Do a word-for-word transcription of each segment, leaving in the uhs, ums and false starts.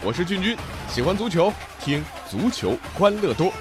我是俊君，喜欢足球，听足球欢乐多。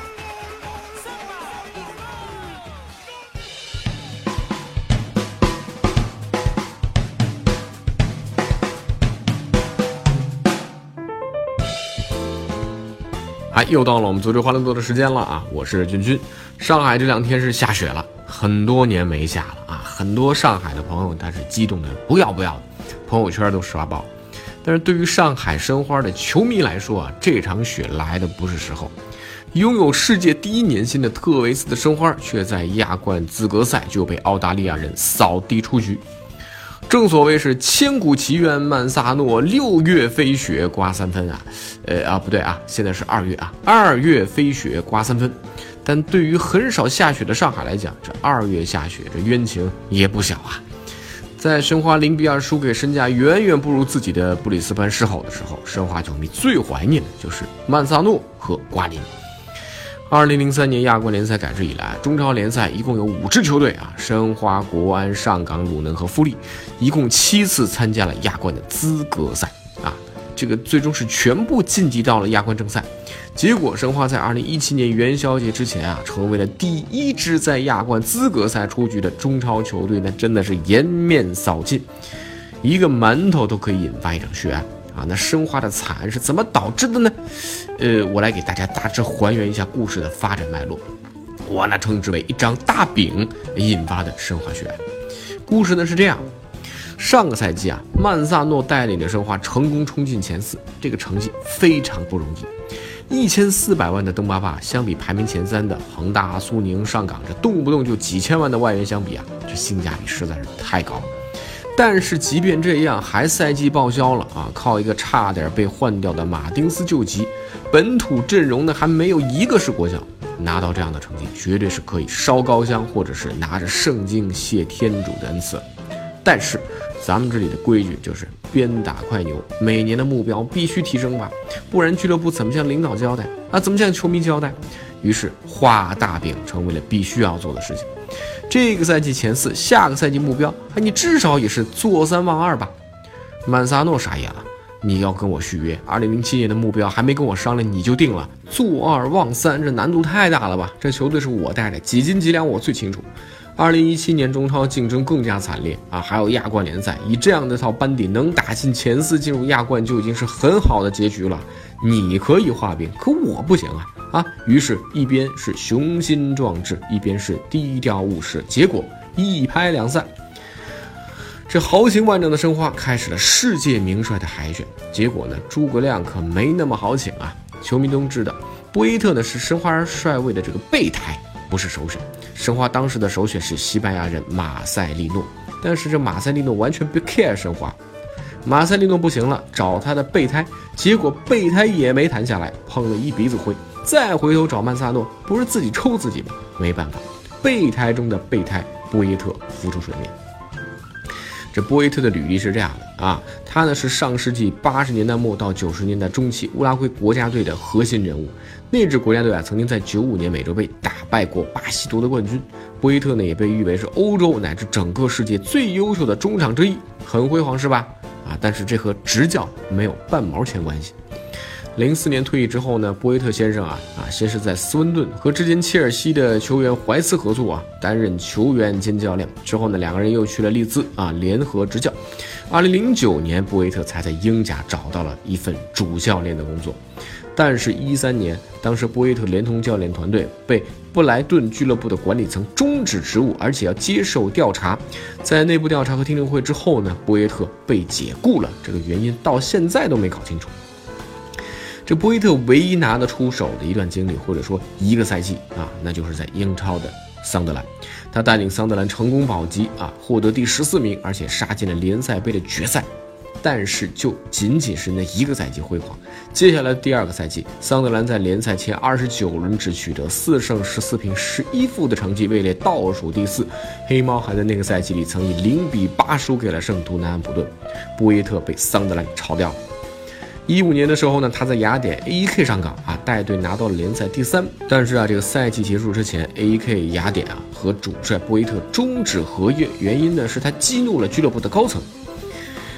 哎，又到了我们足球欢乐多的时间了啊！我是俊君。上海这两天是下雪了，很多年没下了啊！很多上海的朋友他是激动的不要不要的，朋友圈都刷爆。但是对于上海申花的球迷来说啊，这场雪来的不是时候。拥有世界第一年薪的特维斯的申花，却在亚冠资格赛就被澳大利亚人扫地出局。正所谓是千古奇冤曼萨诺，六月飞雪刮三分啊，呃啊不对啊，现在是二月啊，二月飞雪刮三分。但对于很少下雪的上海来讲，这二月下雪，这冤情也不小啊。在申花零比二输给身价远远不如自己的布里斯班狮吼的时候，申花球迷最怀念的就是曼萨诺和瓜林。二零零三年亚冠联赛改制以来，中超联赛一共有五支球队啊，申花、国安、上港、鲁能和富力，一共七次参加了亚冠的资格赛啊，这个最终是全部晋级到了亚冠正赛。结果申花在二零一七年元宵节之前啊，成为了第一支在亚冠资格赛出局的中超球队，那真的是颜面扫尽，一个馒头都可以引发一场血案。啊，那申花的惨是怎么导致的呢？呃，我来给大家大致还原一下故事的发展脉络，我呢称之为一张大饼引发的申花血案。故事呢是这样，上个赛季啊，曼萨诺带领的申花成功冲进前四，这个成绩非常不容易。一千四百万的登巴巴，相比排名前三的恒大、苏宁、上港，这动不动就几千万的外援相比啊，这性价比实在是太高了。但是即便这样，还赛季报销了啊！靠一个差点被换掉的马丁斯救急，本土阵容呢还没有一个是国脚，拿到这样的成绩，绝对是可以烧高香，或者是拿着圣经谢天主的恩赐。但是咱们这里的规矩就是鞭打快牛，每年的目标必须提升吧，不然俱乐部怎么向领导交代啊？怎么向球迷交代？于是画大饼成为了必须要做的事情。这个赛季前四，下个赛季目标，你至少也是坐三望二吧。曼萨诺傻眼了，你要跟我续约，二零零七年的目标还没跟我商量你就定了，坐二望三，这难度太大了吧？这球队是我带的，几斤几两我最清楚。二零一七年中超竞争更加惨烈啊，还有亚冠联赛，以这样的套班底能打进前四进入亚冠就已经是很好的结局了。你可以画饼，可我不行啊啊！于是，一边是雄心壮志，一边是低调务实，结果一拍两散。这豪情万丈的申花开始了世界名帅的海选，结果呢，诸葛亮可没那么好请啊！球迷都知道，博伊特呢是申花帅位的这个备胎，不是首选。申花当时的首选是西班牙人马塞利诺，但是这马塞利诺完全不 care 申花。马塞利诺不行了，找他的备胎，结果备胎也没谈下来，碰了一鼻子灰。再回头找曼萨诺，不是自己抽自己吗？没办法，备胎中的备胎波耶特浮出水面。这波耶特的履历是这样的啊，他呢是上世纪八十年代末到九十年代中期乌拉圭国家队的核心人物。那支国家队啊，曾经在九五年美洲杯打败过巴西夺得冠军。波耶特呢也被誉为是欧洲乃至整个世界最优秀的中场之一，很辉煌是吧？啊，但是这和执教没有半毛钱关系。零四年退役之后呢，波耶特先生啊啊，先是在斯温顿和之前切尔西的球员怀斯合作啊，担任球员兼教练。之后呢，两个人又去了利兹啊，联合执教。二零零九年，波耶特才在英甲找到了一份主教练的工作。但是，一三年，当时波耶特连同教练团队被布莱顿俱乐部的管理层终止职务，而且要接受调查。在内部调查和听证会之后呢，波耶特被解雇了，这个原因到现在都没搞清楚。这波耶特唯一拿得出手的一段经历，或者说一个赛季啊，那就是在英超的桑德兰。他带领桑德兰成功保级啊，获得第十四名，而且杀进了联赛杯的决赛。但是就仅仅是那一个赛季辉煌，接下来第二个赛季，桑德兰在联赛前二十九轮只取得四胜十四平十一负的成绩，位列倒数第四。黑猫还在那个赛季里曾以零比八输给了圣徒南安普顿，波耶特被桑德兰炒掉了。一五年的时候呢，他在雅典 A E K 上岗啊，带队拿到了联赛第三。但是啊，这个赛季结束之前 ，A E K 雅典啊和主帅波耶特终止合约，原因呢是他激怒了俱乐部的高层。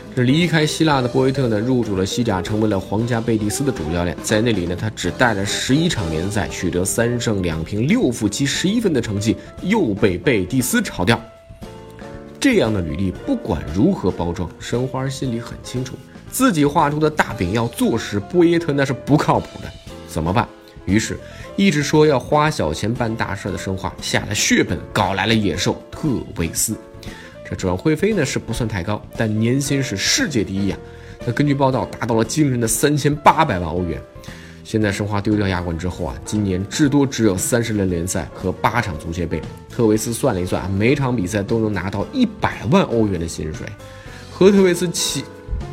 这离开希腊的博维特呢，入主了西甲，成为了皇家贝蒂斯的主教练。在那里呢，他只带了十一场联赛，取得三胜两平六负积十一分的成绩，又被贝蒂斯炒掉。这样的履历，不管如何包装，申花心里很清楚，自己画出的大饼要做实，博耶特那是不靠谱的。怎么办？于是，一直说要花小钱办大事的申花下了血本，搞来了野兽特维斯。这转会费呢是不算太高，但年薪是世界第一啊！那根据报道，达到了惊人的三千八百万欧元。现在申花丢掉亚冠之后啊，今年至多只有三十轮联赛和八场足协杯。特维斯算了一算，每场比赛都能拿到一百万欧元的薪水，和特维斯起，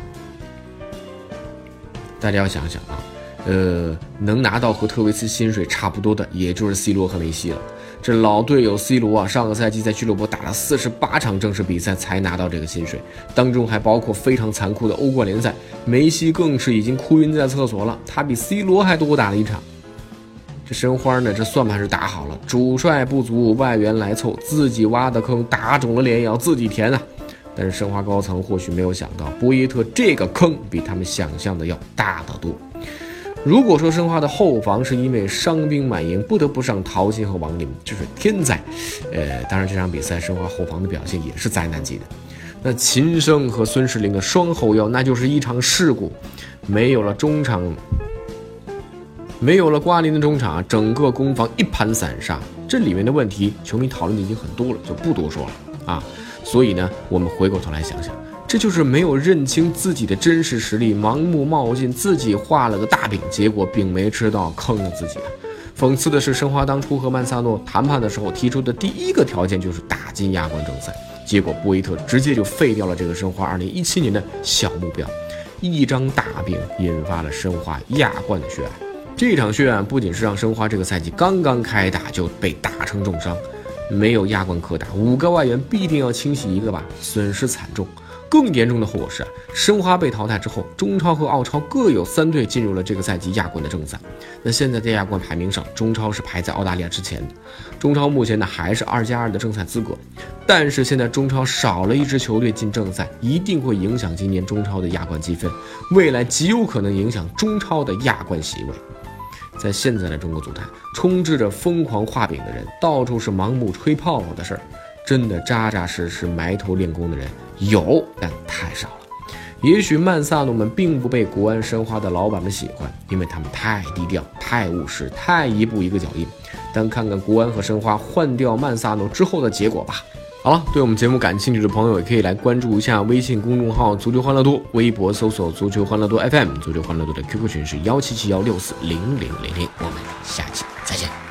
大家要想想啊，呃，能拿到和特维斯薪水差不多的，也就是 C 罗和梅西了。这老队友 C 罗啊，上个赛季在俱乐部打了四十八场正式比赛才拿到这个薪水，当中还包括非常残酷的欧冠联赛。梅西更是已经哭晕在厕所了，他比 C 罗还多打了一场。这申花呢，这算盘是打好了，主帅不足，外援来凑，自己挖的坑打肿了脸也要自己填啊。但是申花高层或许没有想到，博耶特这个坑比他们想象的要大得多。如果说申花的后防是因为伤兵满营不得不上陶鑫和王林，这是天灾。呃，当然这场比赛申花后防的表现也是灾难级的。那秦升和孙世林的双后腰那就是一场事故，没有了中场，没有了瓜林的中场，整个攻防一盘散沙。这里面的问题，球迷讨论的已经很多了，就不多说了啊。所以呢，我们回过头来想想。这就是没有认清自己的真实实力，盲目冒进，自己画了个大饼，结果饼没吃到，坑了自己。讽刺的是，申花当初和曼萨诺谈判的时候提出的第一个条件就是打进亚冠正赛，结果博伊特直接就废掉了这个申花二零一七年的小目标，一张大饼引发了申花亚冠的血案。这场血案不仅是让申花这个赛季刚刚开打就被打成重伤，没有亚冠可打，五个外援必定要清洗一个吧，损失惨重。更严重的后果是啊，申花被淘汰之后，中超和澳超各有三队进入了这个赛季亚冠的正赛。那现在在亚冠排名上，中超是排在澳大利亚之前的。中超目前呢还是二加二的正赛资格，但是现在中超少了一支球队进正赛，一定会影响今年中超的亚冠积分，未来极有可能影响中超的亚冠席位。在现在的中国足坛，充斥着疯狂画饼的人，到处是盲目吹泡泡的事儿。真的扎扎实实埋头练功的人有，但太少了。也许曼萨诺们并不被国安申花的老板们喜欢，因为他们太低调、太务实、太一步一个脚印。但看看国安和申花换掉曼萨诺之后的结果吧。好了，对我们节目感兴趣的朋友也可以来关注一下微信公众号足球欢乐多，微博搜索足球欢乐多 F M， 足球欢乐多的 Q Q 群是幺七七幺六四零零零零，我们下期再见。